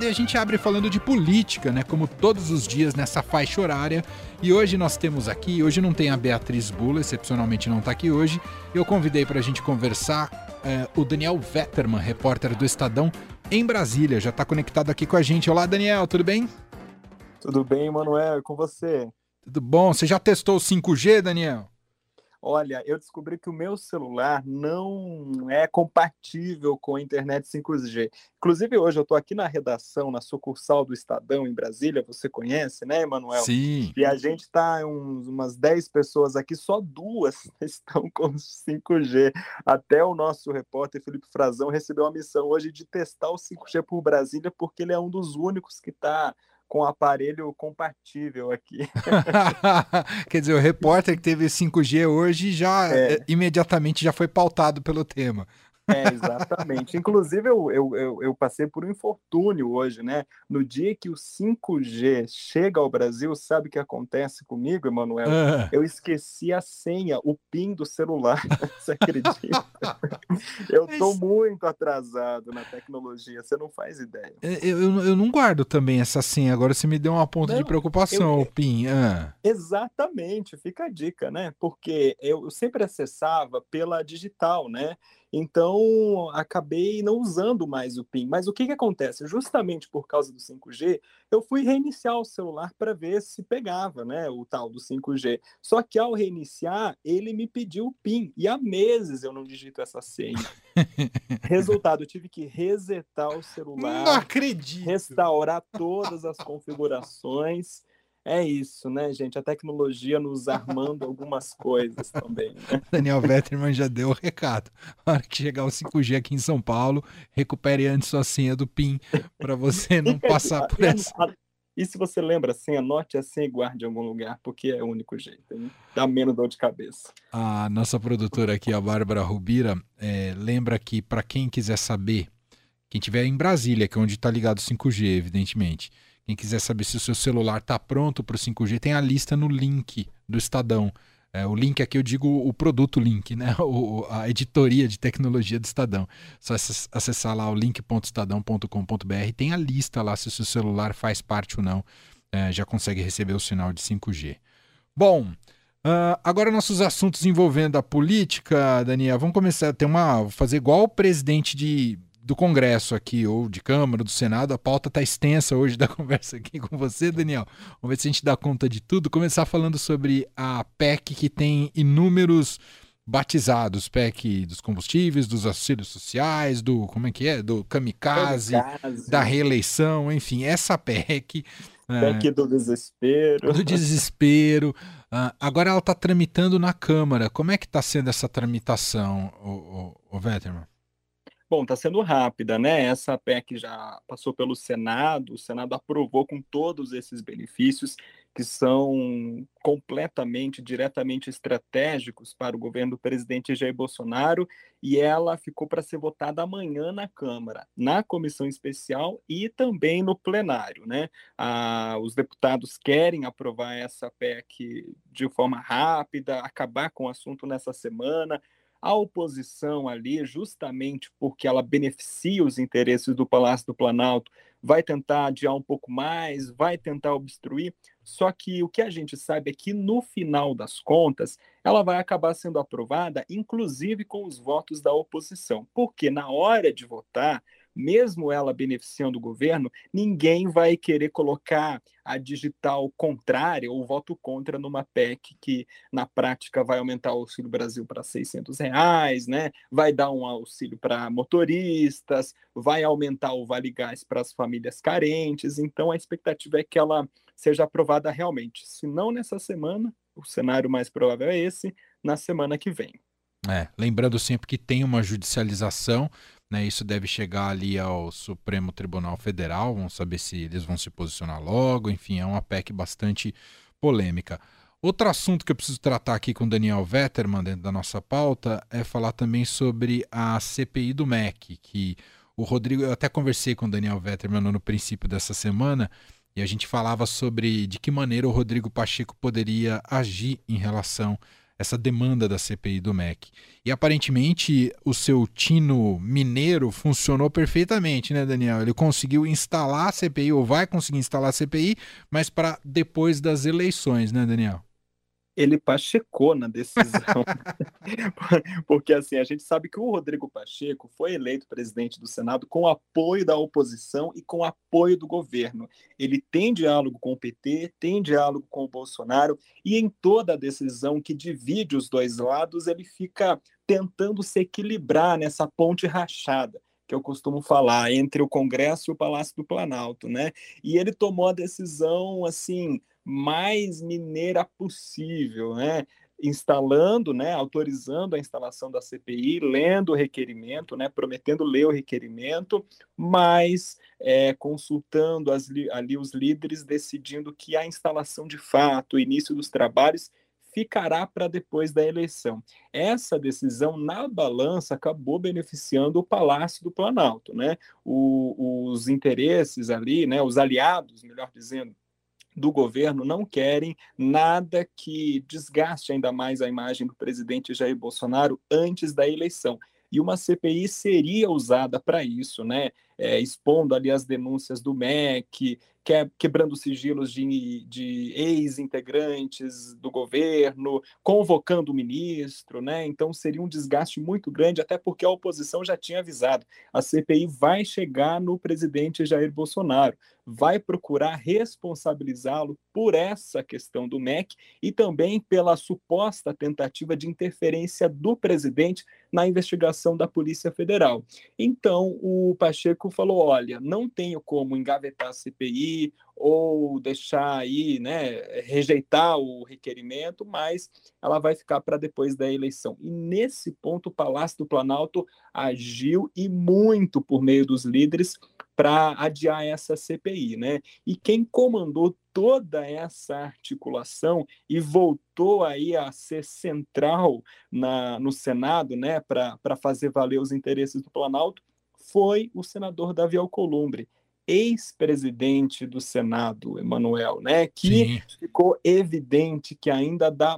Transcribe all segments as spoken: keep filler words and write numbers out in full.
e a gente abre falando de política, né? Como todos os dias nessa faixa horária. E hoje nós temos aqui, hoje não tem a Beatriz Bula, excepcionalmente não está aqui hoje. Eu convidei para a gente conversar é, o Daniel Vetterman, repórter do Estadão em Brasília. Já está conectado aqui com a gente. Olá, Daniel, tudo bem? Tudo bem, Manuel, e com você? Tudo bom. Você já testou o cinco G, Daniel? Olha, eu descobri que o meu celular não é compatível com a internet cinco G. Inclusive, hoje eu estou aqui na redação, na sucursal do Estadão, em Brasília, você conhece, né, Emanuel? Sim. E a gente está uns, umas dez pessoas aqui, só duas estão com cinco G. Até o nosso repórter, Felipe Frazão, recebeu a missão hoje de testar o cinco G por Brasília, porque ele é um dos únicos que está com aparelho compatível aqui. Quer dizer, o repórter que teve cinco G hoje já É. imediatamente já foi pautado pelo tema. É, exatamente. Inclusive, eu, eu, eu, eu passei por um infortúnio hoje, né? No dia que o cinco G chega ao Brasil, sabe o que acontece comigo, Emanuel? Ah. Eu esqueci a senha, o PIN do celular. Você acredita? Eu tô Mas- muito atrasado na tecnologia, você não faz ideia. Eu, eu, eu não guardo também essa senha, agora você me deu uma ponta de Não, preocupação, eu- o PIN. Ah. Exatamente, fica a dica, né? Porque eu sempre acessava pela digital, né? Então acabei não usando mais o PIN. Mas o que que acontece? Justamente por causa do cinco G, eu fui reiniciar o celular para ver se pegava, né? O tal do cinco G. Só que ao reiniciar, ele me pediu o PIN. E há meses eu não digito essa senha. Resultado, eu tive que resetar o Não celular, acredito. restaurar todas as configurações. É isso, né, gente? A tecnologia nos armando algumas coisas também, né? Daniel Vetterman já deu o recado. Na hora que chegar o cinco G aqui em São Paulo, recupere antes sua senha do PIN para você não Fica passar de- por e essa. a- E se você lembra assim, anote a senha e guarde em algum lugar, porque é o único jeito, hein? Dá menos dor de cabeça. A nossa produtora aqui, a Bárbara Rubira, é, lembra que para quem quiser saber, quem estiver em Brasília, que é onde está ligado o cinco G, evidentemente, quem quiser saber se o seu celular está pronto para o cinco G, tem a lista no link do Estadão. É, o link aqui eu digo o produto link, né? O, a editoria de tecnologia do Estadão. Só acessar lá o link ponto estadão ponto com ponto b r, tem a lista lá se o seu celular faz parte ou não, é, já consegue receber o sinal de cinco G. Bom, uh, agora nossos assuntos envolvendo a política, Daniel, vamos começar a ter uma, vou fazer igual o presidente de, do Congresso aqui, ou de Câmara, do Senado. A pauta está extensa hoje da conversa aqui com você, Daniel. Vamos ver se a gente dá conta de tudo. Começar falando sobre a P E C que tem inúmeros batizados, P E C dos combustíveis, dos auxílios sociais, do, como é que é? Do kamikaze, Kamikaze, da reeleição, enfim, essa P E C... PEC do desespero. do desespero. Uh, agora ela está tramitando na Câmara. Como é que está sendo essa tramitação, o, o, o Vetterman? Bom, está sendo rápida, né? Essa P E C já passou pelo Senado, o Senado aprovou com todos esses benefícios que são completamente, diretamente estratégicos para o governo do presidente Jair Bolsonaro, e ela ficou para ser votada amanhã na Câmara, na comissão especial e também no plenário, né? Ah, os deputados querem aprovar essa P E C de forma rápida, acabar com o assunto nessa semana. A oposição ali, justamente porque ela beneficia os interesses do Palácio do Planalto, vai tentar adiar um pouco mais, vai tentar obstruir, só que o que a gente sabe é que, no final das contas, ela vai acabar sendo aprovada, inclusive com os votos da oposição, porque na hora de votar, mesmo ela beneficiando o governo, ninguém vai querer colocar a digital contrária ou voto contra numa P E C que, na prática, vai aumentar o Auxílio Brasil para seiscentos reais, né? Vai dar um auxílio para motoristas, vai aumentar o Vale Gás para as famílias carentes. Então, a expectativa é que ela seja aprovada realmente. Se não nessa semana, o cenário mais provável é esse, na semana que vem. É, lembrando sempre que tem uma judicialização, né, isso deve chegar ali ao Supremo Tribunal Federal, vamos saber se eles vão se posicionar logo, enfim, é uma P E C bastante polêmica. Outro assunto que eu preciso tratar aqui com o Daniel Vetterman dentro da nossa pauta é falar também sobre a C P I do M E C, que o Rodrigo, eu até conversei com o Daniel Vetterman no princípio dessa semana, e a gente falava sobre de que maneira o Rodrigo Pacheco poderia agir em relação essa demanda da C P I do M E C. E aparentemente o seu tino mineiro funcionou perfeitamente, né, Daniel? Ele conseguiu instalar a C P I, ou vai conseguir instalar a C P I, mas para depois das eleições, né, Daniel? Ele pachecou na decisão, porque assim, a gente sabe que o Rodrigo Pacheco foi eleito presidente do Senado com apoio da oposição e com apoio do governo. Ele tem diálogo com o P T, tem diálogo com o Bolsonaro, e em toda a decisão que divide os dois lados, ele fica tentando se equilibrar nessa ponte rachada, que eu costumo falar, entre o Congresso e o Palácio do Planalto, né? E ele tomou a decisão, assim, mais mineira possível, né? Instalando, né, autorizando a instalação da C P I, lendo o requerimento, né, prometendo ler o requerimento, mas é, consultando as, ali os líderes, decidindo que a instalação de fato, o início dos trabalhos, ficará para depois da eleição. Essa decisão, na balança, acabou beneficiando o Palácio do Planalto, né? O, os interesses ali, né, os aliados, melhor dizendo, do governo não querem nada que desgaste ainda mais a imagem do presidente Jair Bolsonaro antes da eleição. E uma C P I seria usada para isso, né? É, expondo ali as denúncias do M E C, que, quebrando sigilos de, de ex-integrantes do governo, convocando o ministro, né? Então seria um desgaste muito grande, até porque a oposição já tinha avisado. A C P I vai chegar no presidente Jair Bolsonaro, vai procurar responsabilizá-lo por essa questão do M E C e também pela suposta tentativa de interferência do presidente na investigação da Polícia Federal. Então, o Pacheco falou, olha, não tenho como engavetar a C P I ou deixar aí, né, rejeitar o requerimento, mas ela vai ficar para depois da eleição. E nesse ponto, o Palácio do Planalto agiu e muito por meio dos líderes para adiar essa C P I, né? E quem comandou toda essa articulação e voltou aí a ser central na, no Senado, né, para fazer valer os interesses do Planalto, foi o senador Davi Alcolumbre, ex-presidente do Senado, Emanuel, né, que Sim. ficou evidente que ainda dá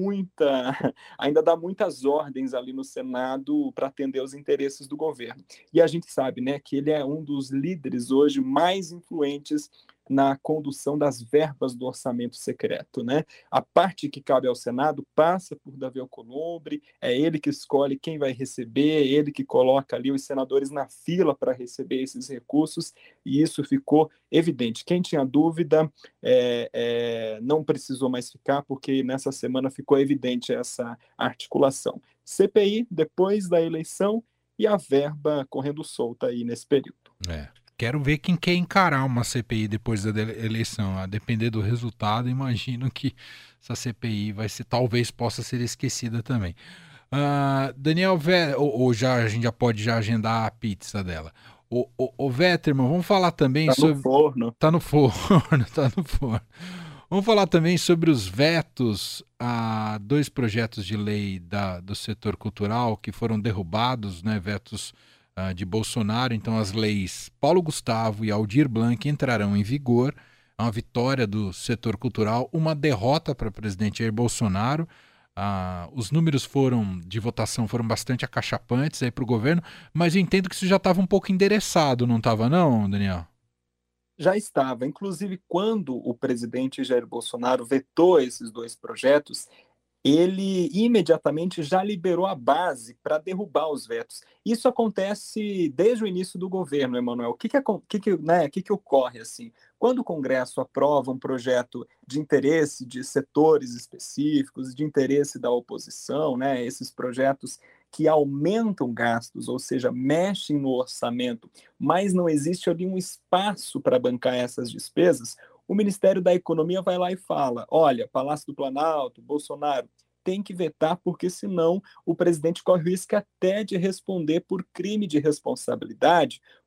muita, ainda dá muitas ordens ali no Senado para atender os interesses do governo. E a gente sabe, né, que ele é um dos líderes hoje mais influentes na condução das verbas do orçamento secreto, né? A parte que cabe ao Senado passa por Davi Alcolumbre, é ele que escolhe quem vai receber, é ele que coloca ali os senadores na fila para receber esses recursos, e isso ficou evidente. Quem tinha dúvida é, é, não precisou mais ficar, porque nessa semana ficou evidente essa articulação. C P I depois da eleição e a verba correndo solta aí nesse período. É. Quero ver quem quer encarar uma C P I depois da eleição. A depender do resultado, imagino que essa C P I vai ser, talvez possa ser esquecida também. Uh, Daniel, ou, ou já, a gente já pode já agendar a pizza dela. O, o, o Vetterman, vamos falar também tá sobre... no forno. Tá no forno, tá no forno. Vamos falar também sobre os vetos a dois projetos de lei da, do setor cultural que foram derrubados, né, vetos uh, de Bolsonaro. Então as leis Paulo Gustavo e Aldir Blanc entrarão em vigor. É uma vitória do setor cultural, uma derrota para o presidente Jair Bolsonaro. Uh, os números foram de votação foram bastante acachapantes aí para o governo, mas eu entendo que isso já estava um pouco endereçado, não estava não, Daniel? Já estava. Inclusive, quando o presidente Jair Bolsonaro vetou esses dois projetos, ele imediatamente já liberou a base para derrubar os vetos. Isso acontece desde o início do governo, Emanuel. O que, que, que, que, né, que, que ocorre assim? Quando o Congresso aprova um projeto de interesse de setores específicos, de interesse da oposição, né, esses projetos que aumentam gastos, ou seja, mexem no orçamento, mas não existe ali um espaço para bancar essas despesas, o Ministério da Economia vai lá e fala, olha, Palácio do Planalto, Bolsonaro, tem que vetar, porque senão o presidente corre o risco até de responder por crime de responsabilidade,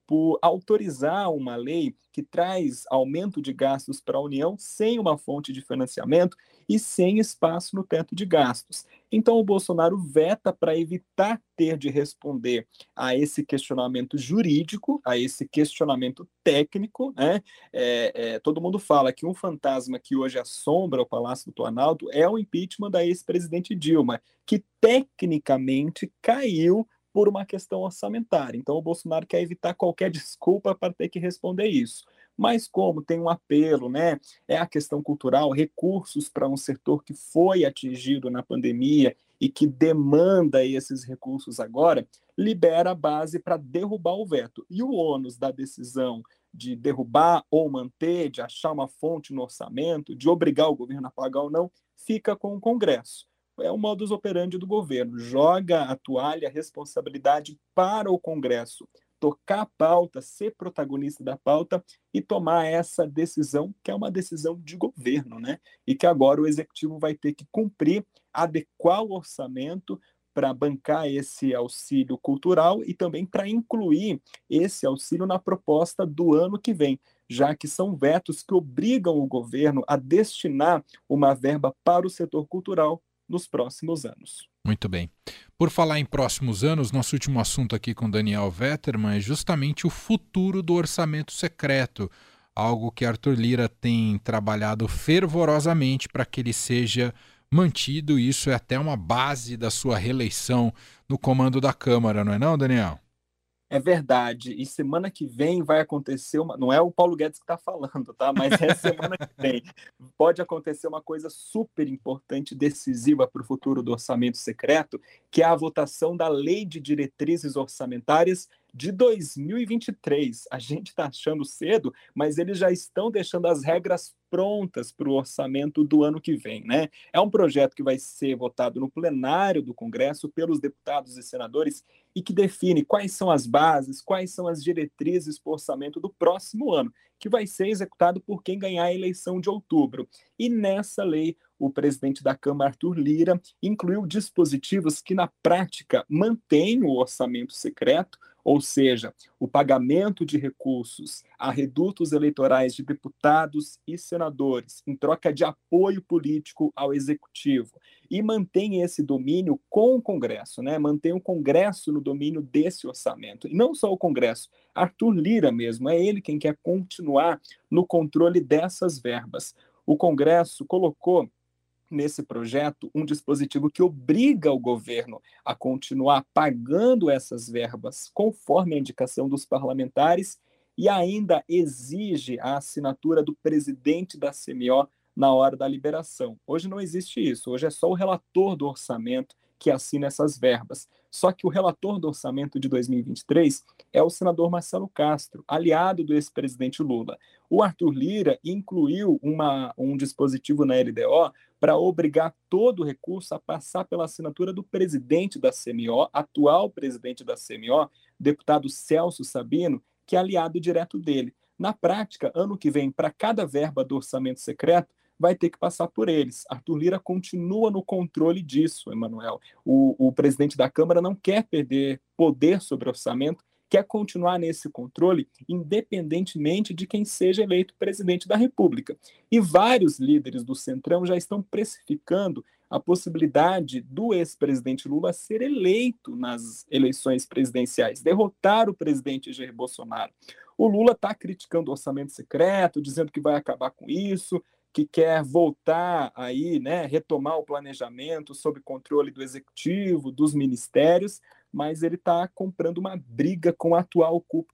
por autorizar uma lei que traz aumento de gastos para a União sem uma fonte de financiamento e sem espaço no teto de gastos. Então, o Bolsonaro veta para evitar ter de responder a esse questionamento jurídico, a esse questionamento técnico, né? É, é, todo mundo fala que um fantasma que hoje assombra o Palácio do Planalto é o impeachment da ex-presidente Dilma, que tecnicamente caiu por uma questão orçamentária. Então, o Bolsonaro quer evitar qualquer desculpa para ter que responder isso. Mas como tem um apelo, né? É a questão cultural, recursos para um setor que foi atingido na pandemia e que demanda esses recursos agora, libera a base para derrubar o veto. E o ônus da decisão de derrubar ou manter, de achar uma fonte no orçamento, de obrigar o governo a pagar ou não, fica com o Congresso. É o modus operandi do governo, joga a toalha, a responsabilidade para o Congresso tocar a pauta, ser protagonista da pauta e tomar essa decisão, que é uma decisão de governo, né? E que agora o executivo vai ter que cumprir, adequar o orçamento para bancar esse auxílio cultural e também para incluir esse auxílio na proposta do ano que vem, já que são vetos que obrigam o governo a destinar uma verba para o setor cultural nos próximos anos. Muito bem. Por falar em próximos anos, nosso último assunto aqui com Daniel Vetterman é justamente o futuro do orçamento secreto, algo que Arthur Lira tem trabalhado fervorosamente para que ele seja mantido, e isso é até uma base da sua reeleição no comando da Câmara, não é não, Daniel? É verdade. E semana que vem vai acontecer uma. Não é o Paulo Guedes que está falando, tá? Mas é semana que vem. Pode acontecer uma coisa super importante, decisiva para o futuro do orçamento secreto, que é a votação da Lei de Diretrizes Orçamentárias de dois mil e vinte e três. A gente está achando cedo, mas eles já estão deixando as regras prontas para o orçamento do ano que vem, né? É um projeto que vai ser votado no plenário do Congresso pelos deputados e senadores e que define quais são as bases, quais são as diretrizes para o orçamento do próximo ano, que vai ser executado por quem ganhar a eleição de outubro. E nessa lei, o presidente da Câmara, Arthur Lira, incluiu dispositivos que, na prática, mantêm o orçamento secreto, ou seja, o pagamento de recursos a redutos eleitorais de deputados e senadores, em troca de apoio político ao executivo, e mantém esse domínio com o Congresso, né? Mantém o Congresso no domínio desse orçamento. E não só o Congresso, Arthur Lira mesmo, é ele quem quer continuar no controle dessas verbas. O Congresso colocou nesse projeto um dispositivo que obriga o governo a continuar pagando essas verbas conforme a indicação dos parlamentares e ainda exige a assinatura do presidente da C M O na hora da liberação. Hoje não existe isso, hoje é só o relator do orçamento que assina essas verbas. Só que o relator do orçamento de dois mil e vinte e três é o senador Marcelo Castro, aliado do ex-presidente Lula. O Arthur Lira incluiu uma, um dispositivo na L D O para obrigar todo o recurso a passar pela assinatura do presidente da C M O, atual presidente da C M O, deputado Celso Sabino, que é aliado direto dele. Na prática, ano que vem, para cada verba do orçamento secreto, vai ter que passar por eles. Arthur Lira continua no controle disso, Emanuel. O, o presidente da Câmara não quer perder poder sobre o orçamento, quer continuar nesse controle, independentemente de quem seja eleito presidente da República. E vários líderes do Centrão já estão precificando a possibilidade do ex-presidente Lula ser eleito nas eleições presidenciais, derrotar o presidente Jair Bolsonaro. O Lula está criticando o orçamento secreto, dizendo que vai acabar com isso, que quer voltar aí, né, retomar o planejamento sob controle do executivo, dos ministérios, mas ele está comprando uma briga com a atual cúpula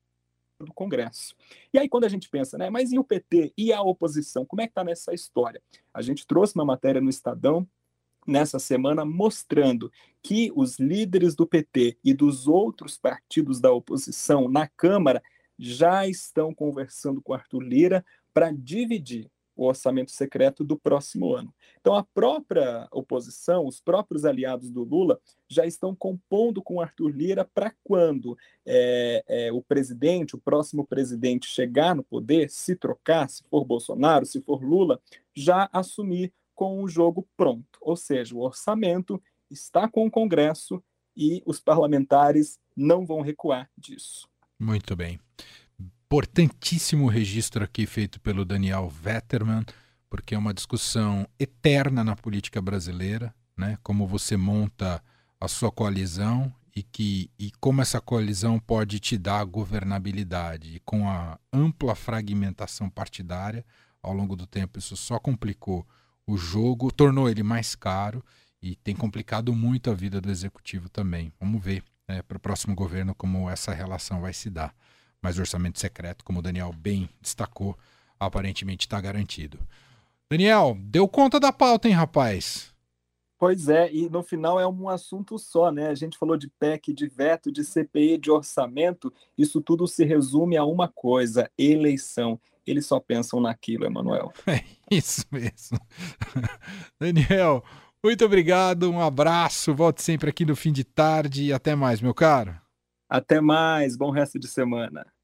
do Congresso. E aí quando a gente pensa, né, mas e o P T e a oposição, como é que está nessa história? A gente trouxe uma matéria no Estadão nessa semana mostrando que os líderes do P T e dos outros partidos da oposição na Câmara já estão conversando com Arthur Lira para dividir o orçamento secreto do próximo ano. Então, a própria oposição, os próprios aliados do Lula, já estão compondo com Arthur Lira para quando é, é, o presidente, o próximo presidente, chegar no poder, se trocar, se for Bolsonaro, se for Lula, já assumir com o jogo pronto. Ou seja, o orçamento está com o Congresso e os parlamentares não vão recuar disso. Muito bem. Importantíssimo registro aqui feito pelo Daniel Vetterman, porque é uma discussão eterna na política brasileira, né? Como você monta a sua coalizão e, que, e como essa coalizão pode te dar governabilidade. E com a ampla fragmentação partidária, ao longo do tempo isso só complicou o jogo, tornou ele mais caro e tem complicado muito a vida do executivo também. Vamos ver, né, para o próximo governo como essa relação vai se dar. Mas o orçamento secreto, como o Daniel bem destacou, aparentemente está garantido. Daniel, deu conta da pauta, hein, rapaz? Pois é, e no final é um assunto só, né? A gente falou de P E C, de veto, de C P I, de orçamento, isso tudo se resume a uma coisa: eleição. Eles só pensam naquilo, Emanuel. É isso mesmo. Daniel, muito obrigado, um abraço, volte sempre aqui no fim de tarde e até mais, meu caro. Até mais, bom resto de semana.